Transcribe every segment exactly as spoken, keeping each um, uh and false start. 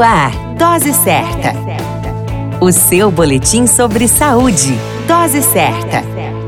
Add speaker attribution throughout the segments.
Speaker 1: No ar, Dose Certa. O seu boletim sobre saúde. Dose Certa.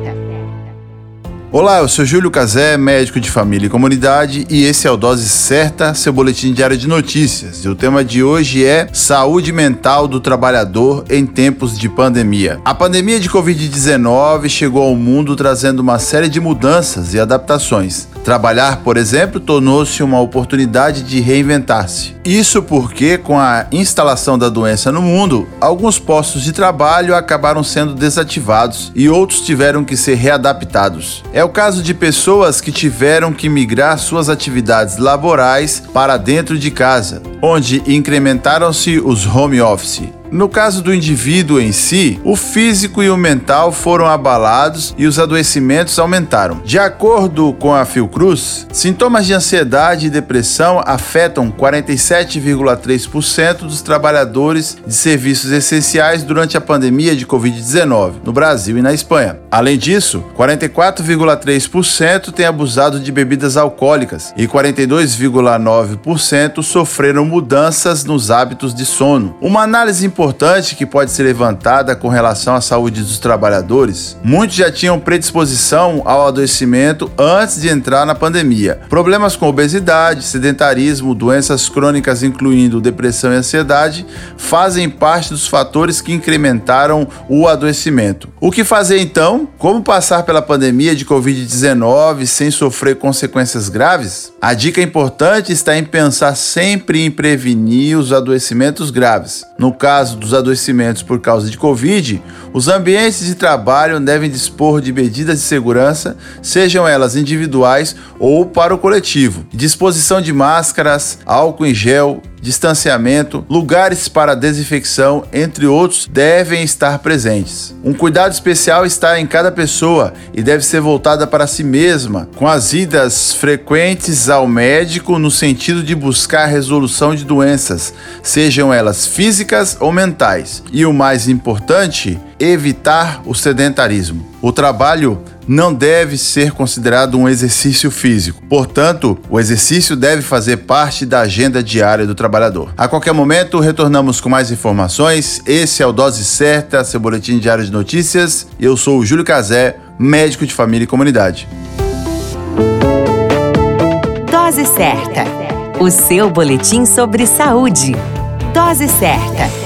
Speaker 2: Olá, eu sou Júlio Cazé, médico de família e comunidade, e esse é o Dose Certa, seu boletim diário de notícias. E o tema de hoje é saúde mental do trabalhador em tempos de pandemia. A pandemia de covid dezenove chegou ao mundo trazendo uma série de mudanças e adaptações. Trabalhar, por exemplo, tornou-se uma oportunidade de reinventar-se. Isso porque, com a instalação da doença no mundo, alguns postos de trabalho acabaram sendo desativados e outros tiveram que ser readaptados. É o caso de pessoas que tiveram que migrar suas atividades laborais para dentro de casa, onde incrementaram-se os home office. No caso do indivíduo em si, o físico e o mental foram abalados e os adoecimentos aumentaram. De acordo com a Fiocruz, sintomas de ansiedade e depressão afetam quarenta e sete vírgula três por cento dos trabalhadores de serviços essenciais durante a pandemia de covid dezenove, no Brasil e na Espanha. Além disso, quarenta e quatro vírgula três por cento têm abusado de bebidas alcoólicas e quarenta e dois vírgula nove por cento sofreram mudanças nos hábitos de sono. Uma análise importante importante que pode ser levantada com relação à saúde dos trabalhadores. Muitos já tinham predisposição ao adoecimento antes de entrar na pandemia. Problemas com obesidade, sedentarismo, doenças crônicas incluindo depressão e ansiedade fazem parte dos fatores que incrementaram o adoecimento. O que fazer então? Como passar pela pandemia de covid dezenove sem sofrer consequências graves? A dica importante está em pensar sempre em prevenir os adoecimentos graves. No caso dos adoecimentos por causa de Covid, os ambientes de trabalho devem dispor de medidas de segurança, sejam elas individuais ou para o coletivo. Disposição de máscaras, álcool em gel, distanciamento, lugares para desinfecção, entre outros, devem estar presentes. Um cuidado especial está em cada pessoa e deve ser voltada para si mesma, com as idas frequentes ao médico no sentido de buscar a resolução de doenças, sejam elas físicas ou mentais. E o mais importante, evitar o sedentarismo. O trabalho não deve ser considerado um exercício físico. Portanto, o exercício deve fazer parte da agenda diária do trabalhador. A qualquer momento, retornamos com mais informações. Esse é o Dose Certa, seu boletim diário de notícias. Eu sou o Júlio Cazé, médico de família e comunidade.
Speaker 1: Dose Certa, o seu boletim sobre saúde. Dose Certa.